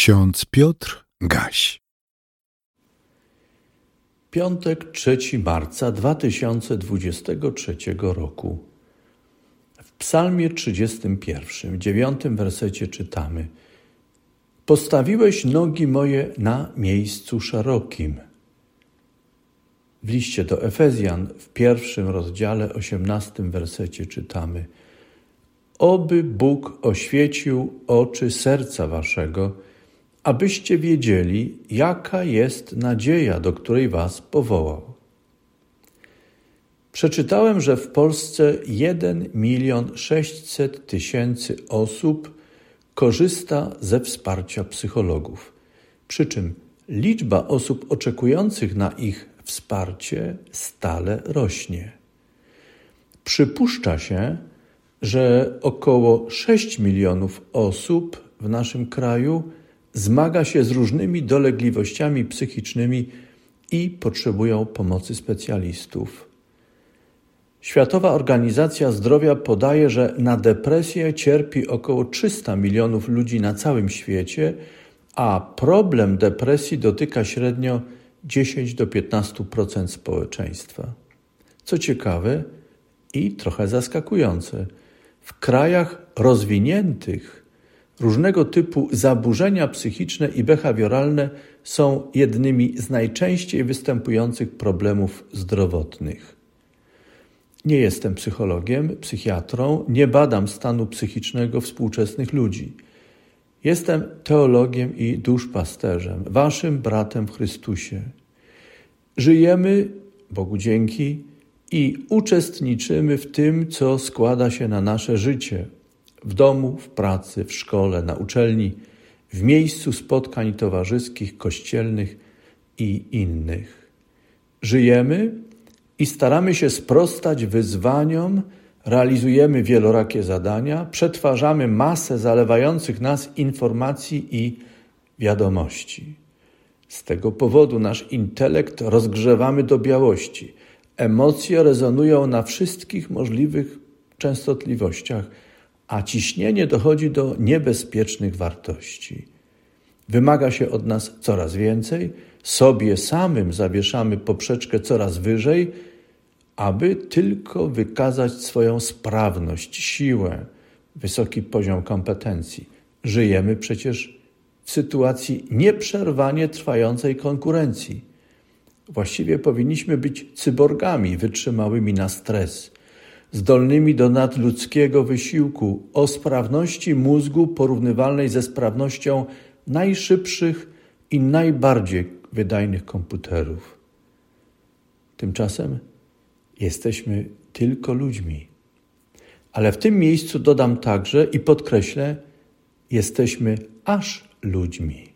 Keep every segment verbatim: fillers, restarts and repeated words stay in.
Ksiądz Piotr Gaś. Piątek, trzeciego marca dwa tysiące dwudziestego trzeciego roku. W psalmie trzydziestym pierwszym, dziewiątym wersecie czytamy: Postawiłeś nogi moje na miejscu szerokim. W liście do Efezjan w pierwszym rozdziale, osiemnastym wersecie czytamy: Oby Bóg oświecił oczy serca waszego, abyście wiedzieli, jaka jest nadzieja, do której was powołał. Przeczytałem, że w Polsce jeden milion sześćset tysięcy osób korzysta ze wsparcia psychologów. Przy czym liczba osób oczekujących na ich wsparcie stale rośnie. Przypuszcza się, że około sześć milionów osób w naszym kraju zmaga się z różnymi dolegliwościami psychicznymi i potrzebują pomocy specjalistów. Światowa Organizacja Zdrowia podaje, że na depresję cierpi około trzysta milionów ludzi na całym świecie, a problem depresji dotyka średnio dziesięć do piętnastu procent społeczeństwa. Co ciekawe i trochę zaskakujące, w krajach rozwiniętych różnego typu zaburzenia psychiczne i behawioralne są jednymi z najczęściej występujących problemów zdrowotnych. Nie jestem psychologiem, psychiatrą, nie badam stanu psychicznego współczesnych ludzi. Jestem teologiem i duszpasterzem, waszym bratem w Chrystusie. Żyjemy, Bogu dzięki, i uczestniczymy w tym, co składa się na nasze życie. W domu, w pracy, w szkole, na uczelni, w miejscu spotkań towarzyskich, kościelnych i innych. Żyjemy i staramy się sprostać wyzwaniom, realizujemy wielorakie zadania, przetwarzamy masę zalewających nas informacji i wiadomości. Z tego powodu nasz intelekt rozgrzewamy do białości. Emocje rezonują na wszystkich możliwych częstotliwościach, a ciśnienie dochodzi do niebezpiecznych wartości. Wymaga się od nas coraz więcej, sobie samym zawieszamy poprzeczkę coraz wyżej, aby tylko wykazać swoją sprawność, siłę, wysoki poziom kompetencji. Żyjemy przecież w sytuacji nieprzerwanie trwającej konkurencji. Właściwie powinniśmy być cyborgami wytrzymałymi na stres, zdolnymi do nadludzkiego wysiłku, o sprawności mózgu porównywalnej ze sprawnością najszybszych i najbardziej wydajnych komputerów. Tymczasem jesteśmy tylko ludźmi. Ale w tym miejscu dodam także i podkreślę, jesteśmy aż ludźmi.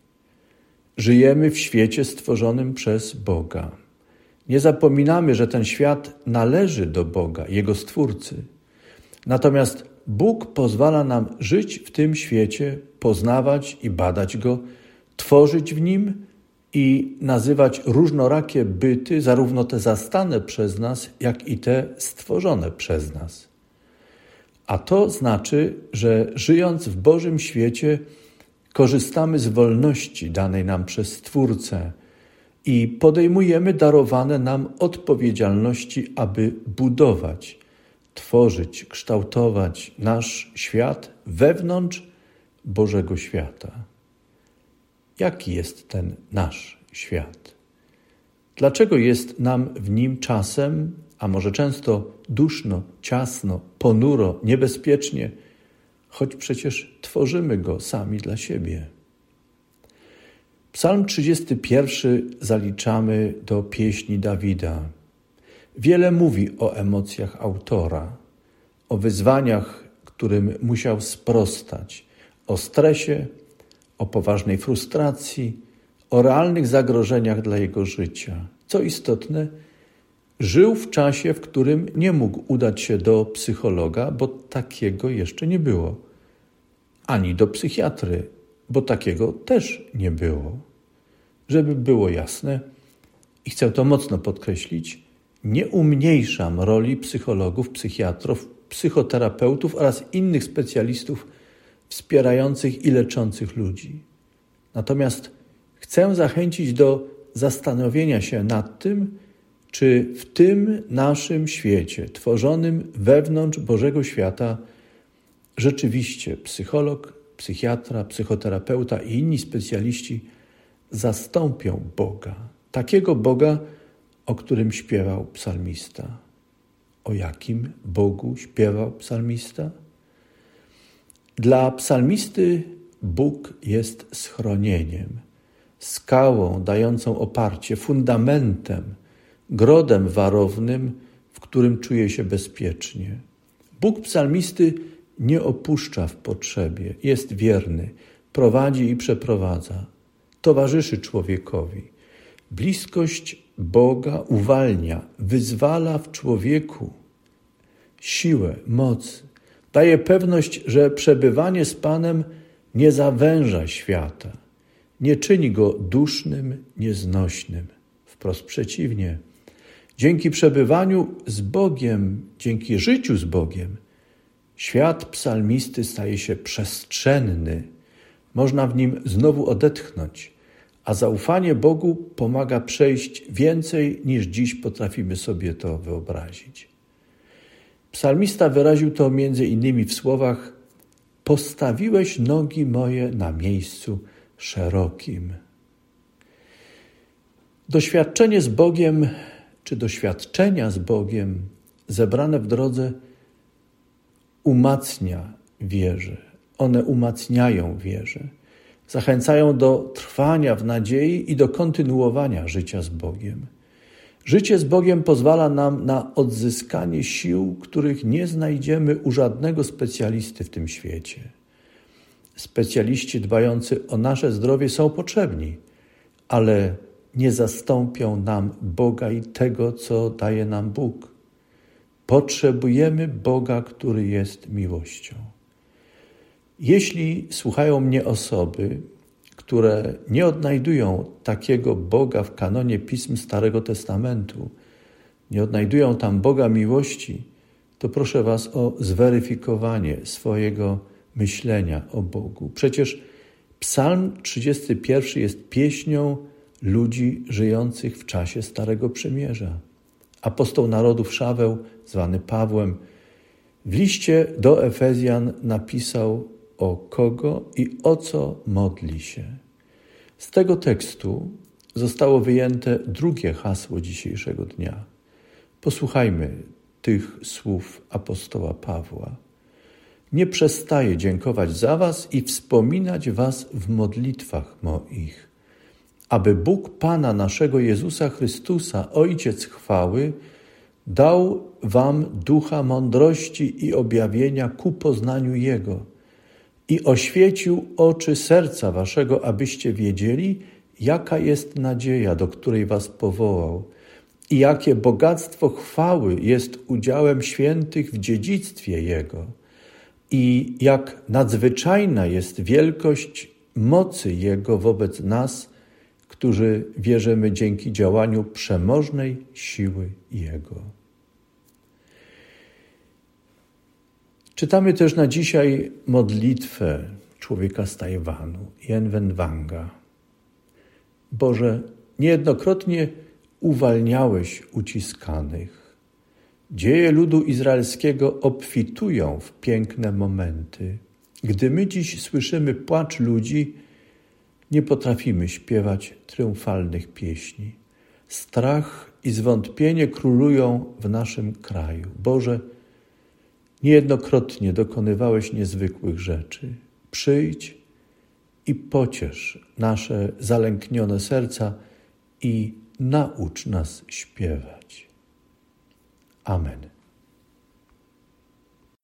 Żyjemy w świecie stworzonym przez Boga. Nie zapominamy, że ten świat należy do Boga, Jego Stwórcy. Natomiast Bóg pozwala nam żyć w tym świecie, poznawać i badać Go, tworzyć w Nim i nazywać różnorakie byty, zarówno te zastane przez nas, jak i te stworzone przez nas. A to znaczy, że żyjąc w Bożym świecie, korzystamy z wolności danej nam przez Stwórcę i podejmujemy darowane nam odpowiedzialności, aby budować, tworzyć, kształtować nasz świat wewnątrz Bożego świata. Jaki jest ten nasz świat? Dlaczego jest nam w nim czasem, a może często duszno, ciasno, ponuro, niebezpiecznie, choć przecież tworzymy go sami dla siebie? Psalm trzydziesty pierwszy zaliczamy do pieśni Dawida. Wiele mówi o emocjach autora, o wyzwaniach, którym musiał sprostać, o stresie, o poważnej frustracji, o realnych zagrożeniach dla jego życia. Co istotne, żył w czasie, w którym nie mógł udać się do psychologa, bo takiego jeszcze nie było, ani do psychiatry, bo takiego też nie było. Żeby było jasne, i chcę to mocno podkreślić, nie umniejszam roli psychologów, psychiatrów, psychoterapeutów oraz innych specjalistów wspierających i leczących ludzi. Natomiast chcę zachęcić do zastanowienia się nad tym, czy w tym naszym świecie, tworzonym wewnątrz Bożego świata, rzeczywiście psycholog, psychiatra, psychoterapeuta i inni specjaliści zastąpią Boga. Takiego Boga, o którym śpiewał psalmista. O jakim Bogu śpiewał psalmista? Dla psalmisty Bóg jest schronieniem, skałą dającą oparcie, fundamentem, grodem warownym, w którym czuje się bezpiecznie. Bóg psalmisty nie opuszcza w potrzebie, jest wierny, prowadzi i przeprowadza, towarzyszy człowiekowi. Bliskość Boga uwalnia, wyzwala w człowieku siłę, moc, daje pewność, że przebywanie z Panem nie zawęża świata, nie czyni go dusznym, nieznośnym. Wprost przeciwnie. Dzięki przebywaniu z Bogiem, dzięki życiu z Bogiem, świat psalmisty staje się przestrzenny. Można w nim znowu odetchnąć, a zaufanie Bogu pomaga przejść więcej, niż dziś potrafimy sobie to wyobrazić. Psalmista wyraził to między innymi w słowach: postawiłeś nogi moje na miejscu szerokim. Doświadczenie z Bogiem, czy doświadczenia z Bogiem zebrane w drodze umacnia wierze. One umacniają wierze. Zachęcają do trwania w nadziei i do kontynuowania życia z Bogiem. Życie z Bogiem pozwala nam na odzyskanie sił, których nie znajdziemy u żadnego specjalisty w tym świecie. Specjaliści dbający o nasze zdrowie są potrzebni, ale nie zastąpią nam Boga i tego, co daje nam Bóg. Potrzebujemy Boga, który jest miłością. Jeśli słuchają mnie osoby, które nie odnajdują takiego Boga w kanonie pism Starego Testamentu, nie odnajdują tam Boga miłości, to proszę was o zweryfikowanie swojego myślenia o Bogu. Przecież Psalm trzydziesty pierwszy jest pieśnią ludzi żyjących w czasie Starego Przymierza. Apostoł narodów Szaweł, zwany Pawłem, w liście do Efezjan napisał, o kogo i o co modli się. Z tego tekstu zostało wyjęte drugie hasło dzisiejszego dnia. Posłuchajmy tych słów apostoła Pawła. Nie przestaję dziękować za was i wspominać was w modlitwach moich, aby Bóg Pana naszego Jezusa Chrystusa, Ojciec chwały, dał wam ducha mądrości i objawienia ku poznaniu Jego i oświecił oczy serca waszego, abyście wiedzieli, jaka jest nadzieja, do której was powołał i jakie bogactwo chwały jest udziałem świętych w dziedzictwie Jego i jak nadzwyczajna jest wielkość mocy Jego wobec nas, którzy wierzymy dzięki działaniu przemożnej siły Jego. Czytamy też na dzisiaj modlitwę człowieka z Tajwanu, Yen Wenwanga. Boże, niejednokrotnie uwalniałeś uciskanych. Dzieje ludu izraelskiego obfitują w piękne momenty. Gdy my dziś słyszymy płacz ludzi, nie potrafimy śpiewać triumfalnych pieśni. Strach i zwątpienie królują w naszym kraju. Boże, niejednokrotnie dokonywałeś niezwykłych rzeczy. Przyjdź i pociesz nasze zalęknione serca i naucz nas śpiewać. Amen.